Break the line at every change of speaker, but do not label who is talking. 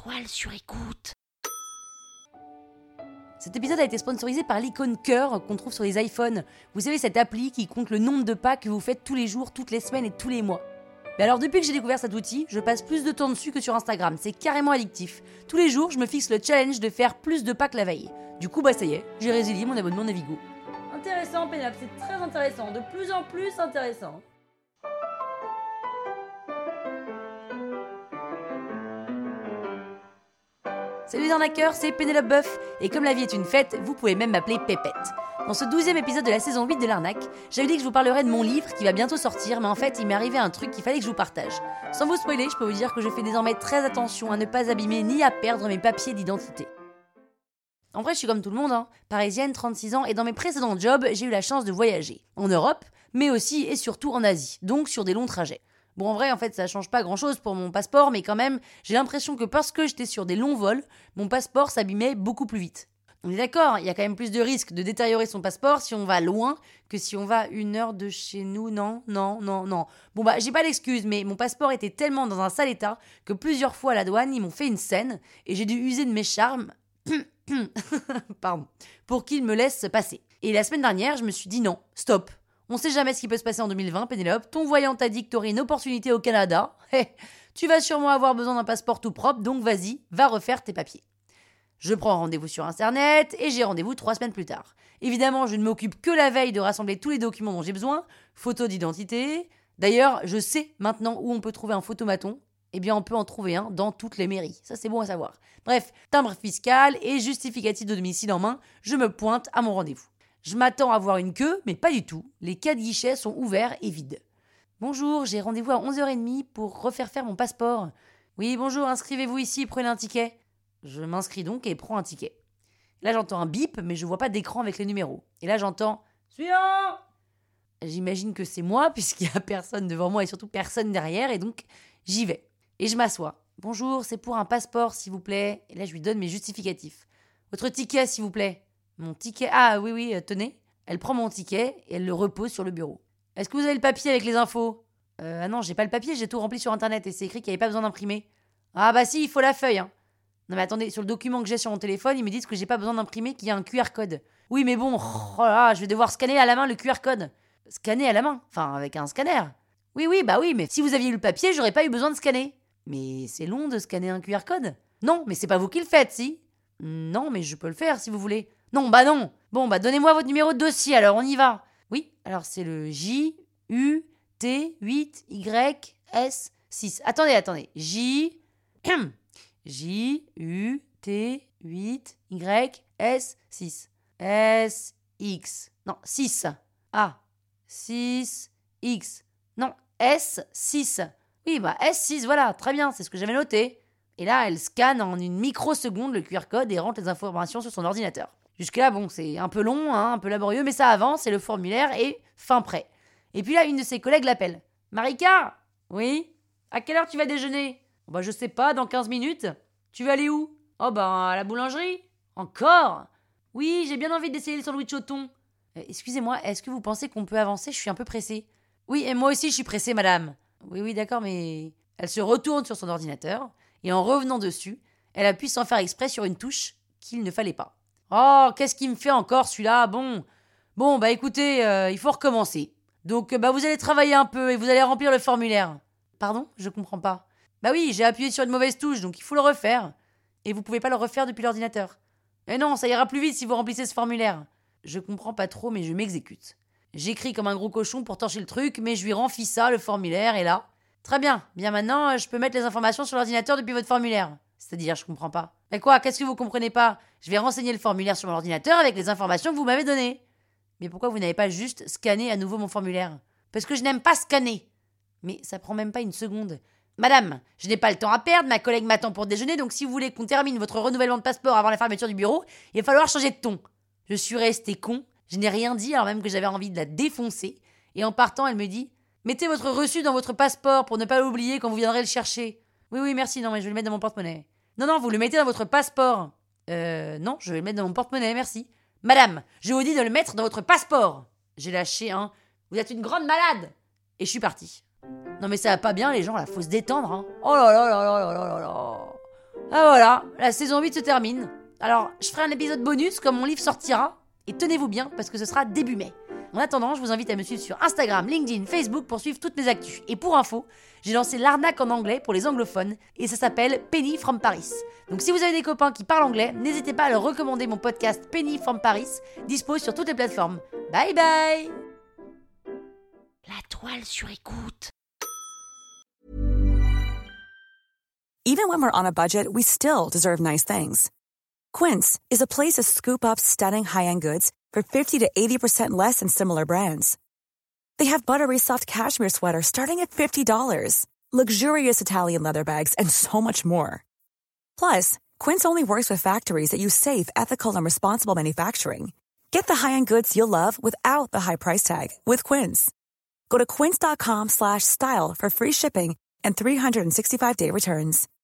Étoile sur écoute.
Cet épisode a été sponsorisé par l'icône cœur qu'on trouve sur les iPhones. Vous savez, cette appli qui compte le nombre de pas que vous faites tous les jours, toutes les semaines et tous les mois. Mais alors depuis que j'ai découvert cet outil, je passe plus de temps dessus que sur Instagram. C'est carrément addictif. Tous les jours, je me fixe le challenge de faire plus de pas que la veille. Du coup, ça y est, j'ai résilié mon abonnement Navigo. Intéressant, Pénélope, c'est très intéressant. De plus en plus intéressant. Salut les arnaqueurs, c'est Pénélope Boeuf, et comme la vie est une fête, vous pouvez même m'appeler Pépette. Dans ce 12e épisode de la saison 8 de l'arnaque, j'avais dit que je vous parlerais de mon livre qui va bientôt sortir, mais en fait il m'est arrivé un truc qu'il fallait que je vous partage. Sans vous spoiler, je peux vous dire que je fais désormais très attention à ne pas abîmer ni à perdre mes papiers d'identité. En vrai, je suis comme tout le monde, parisienne, 36 ans, et dans mes précédents jobs, j'ai eu la chance de voyager. En Europe, mais aussi et surtout en Asie, donc sur des longs trajets. Bon, en vrai, ça change pas grand-chose pour mon passeport, mais quand même, j'ai l'impression que parce que j'étais sur des longs vols, mon passeport s'abîmait beaucoup plus vite. On est d'accord, il y a quand même plus de risques de détériorer son passeport si on va loin que si on va 1 heure de chez nous, non. Bon j'ai pas d'excuse, mais mon passeport était tellement dans un sale état que plusieurs fois à la douane, ils m'ont fait une scène et j'ai dû user de mes charmes, pour qu'ils me laissent passer. Et la semaine dernière, je me suis dit non, stop. On sait jamais ce qui peut se passer en 2020, Pénélope. Ton voyant t'a dit que t'aurais une opportunité au Canada. Tu vas sûrement avoir besoin d'un passeport tout propre, donc vas-y, va refaire tes papiers. Je prends rendez-vous sur Internet et j'ai rendez-vous 3 semaines plus tard. Évidemment, je ne m'occupe que la veille de rassembler tous les documents dont j'ai besoin. Photo d'identité. D'ailleurs, je sais maintenant où on peut trouver un photomaton. Eh bien, on peut en trouver un dans toutes les mairies. Ça, c'est bon à savoir. Bref, timbre fiscal et justificatif de domicile en main, je me pointe à mon rendez-vous. Je m'attends à voir une queue, mais pas du tout. Les 4 guichets sont ouverts et vides. Bonjour, j'ai rendez-vous à 11h30 pour refaire faire mon passeport. Oui, bonjour, inscrivez-vous ici, prenez un ticket. Je m'inscris donc et prends un ticket. Là, j'entends un bip, mais je vois pas d'écran avec les numéros. Et là, j'entends « Suivant !» J'imagine que c'est moi, puisqu'il y a personne devant moi et surtout personne derrière, et donc j'y vais. Et je m'assois. Bonjour, c'est pour un passeport, s'il vous plaît. Et là, je lui donne mes justificatifs. Votre ticket, s'il vous plaît. Mon ticket. Ah oui, tenez. Elle prend mon ticket et elle le repose sur le bureau. Est-ce que vous avez le papier avec les infos ? Ah non, j'ai pas le papier, j'ai tout rempli sur Internet et c'est écrit qu'il n'y avait pas besoin d'imprimer. Ah bah si, il faut la feuille. Non mais attendez, sur le document que j'ai sur mon téléphone, ils me disent que j'ai pas besoin d'imprimer, qu'il y a un QR code. Oui mais bon, oh là, je vais devoir scanner à la main le QR code. Scanner à la main ? Enfin, avec un scanner. Oui, mais si vous aviez eu le papier, j'aurais pas eu besoin de scanner. Mais c'est long de scanner un QR code ? Non, mais c'est pas vous qui le faites, si ? Non, mais je peux le faire si vous voulez. Non. Bon, donnez-moi votre numéro de dossier, alors on y va. Oui, alors c'est le JUT8YS6. Attendez. JUT8YS6. SX. Non, 6. Ah, 6X. Non, S6. Oui, S6, voilà, très bien, c'est ce que j'avais noté. Et là, elle scanne en une microseconde le QR code et rentre les informations sur son ordinateur. Jusque-là, c'est un peu long, un peu laborieux, mais ça avance et le formulaire est fin prêt. Et puis là, une de ses collègues l'appelle. « Marika ? Oui ? À quelle heure tu vas déjeuner ? Je sais pas, dans 15 minutes. Tu vas aller où ? À la boulangerie. Encore ? Oui, j'ai bien envie d'essayer le sandwich au thon. Excusez-moi, est-ce que vous pensez qu'on peut avancer ? Je suis un peu pressée. Oui, et moi aussi je suis pressée, madame. Oui, d'accord, mais... Elle se retourne sur son ordinateur et en revenant dessus, elle appuie sans faire exprès sur une touche qu'il ne fallait pas. Oh, qu'est-ce qu'il me fait encore celui-là ? Bon, écoutez, il faut recommencer. Donc, vous allez travailler un peu et vous allez remplir le formulaire. Pardon ? Je comprends pas. Oui, j'ai appuyé sur une mauvaise touche, donc il faut le refaire. Et vous pouvez pas le refaire depuis l'ordinateur. Mais non, ça ira plus vite si vous remplissez ce formulaire. Je comprends pas trop, mais je m'exécute. J'écris comme un gros cochon pour torcher le truc, mais je lui rends ça, le formulaire, et là... Très bien maintenant, je peux mettre les informations sur l'ordinateur depuis votre formulaire. C'est-à-dire, je comprends pas. Mais quoi, qu'est-ce que vous comprenez pas ? Je vais renseigner le formulaire sur mon ordinateur avec les informations que vous m'avez données. Mais pourquoi vous n'avez pas juste scanné à nouveau mon formulaire ? Parce que je n'aime pas scanner. Mais ça prend même pas une seconde. Madame, je n'ai pas le temps à perdre, ma collègue m'attend pour déjeuner, donc si vous voulez qu'on termine votre renouvellement de passeport avant la fermeture du bureau, il va falloir changer de ton. Je suis restée con, je n'ai rien dit alors même que j'avais envie de la défoncer, et en partant, elle me dit « Mettez votre reçu dans votre passeport pour ne pas l'oublier quand vous viendrez le chercher. » Oui, merci, non, mais je vais le mettre dans mon porte-monnaie. Non, vous le mettez dans votre passeport. Non, je vais le mettre dans mon porte-monnaie, merci. Madame, je vous dis de le mettre dans votre passeport. J'ai lâché un « Vous êtes une grande malade !» Et je suis partie. Non mais ça va pas bien les gens là, faut se détendre. Oh là là là là là là là. Ah voilà, la saison 8 se termine. Alors, je ferai un épisode bonus quand mon livre sortira. Et tenez-vous bien, parce que ce sera début mai. En attendant, je vous invite à me suivre sur Instagram, LinkedIn, Facebook pour suivre toutes mes actus. Et pour info, j'ai lancé l'arnaque en anglais pour les anglophones et ça s'appelle Penny from Paris. Donc si vous avez des copains qui parlent anglais, n'hésitez pas à leur recommander mon podcast Penny from Paris, dispo sur toutes les plateformes. Bye bye. La toile sur écoute.
Even when we're on a budget, we still deserve nice things. Quince is a place to scoop up stunning high-end goods for 50 to 80% less than similar brands. They have buttery soft cashmere sweaters starting at $50, luxurious Italian leather bags, and so much more. Plus, Quince only works with factories that use safe, ethical, and responsible manufacturing. Get the high-end goods you'll love without the high price tag with Quince. Go to quince.com/style for free shipping and 365-day returns.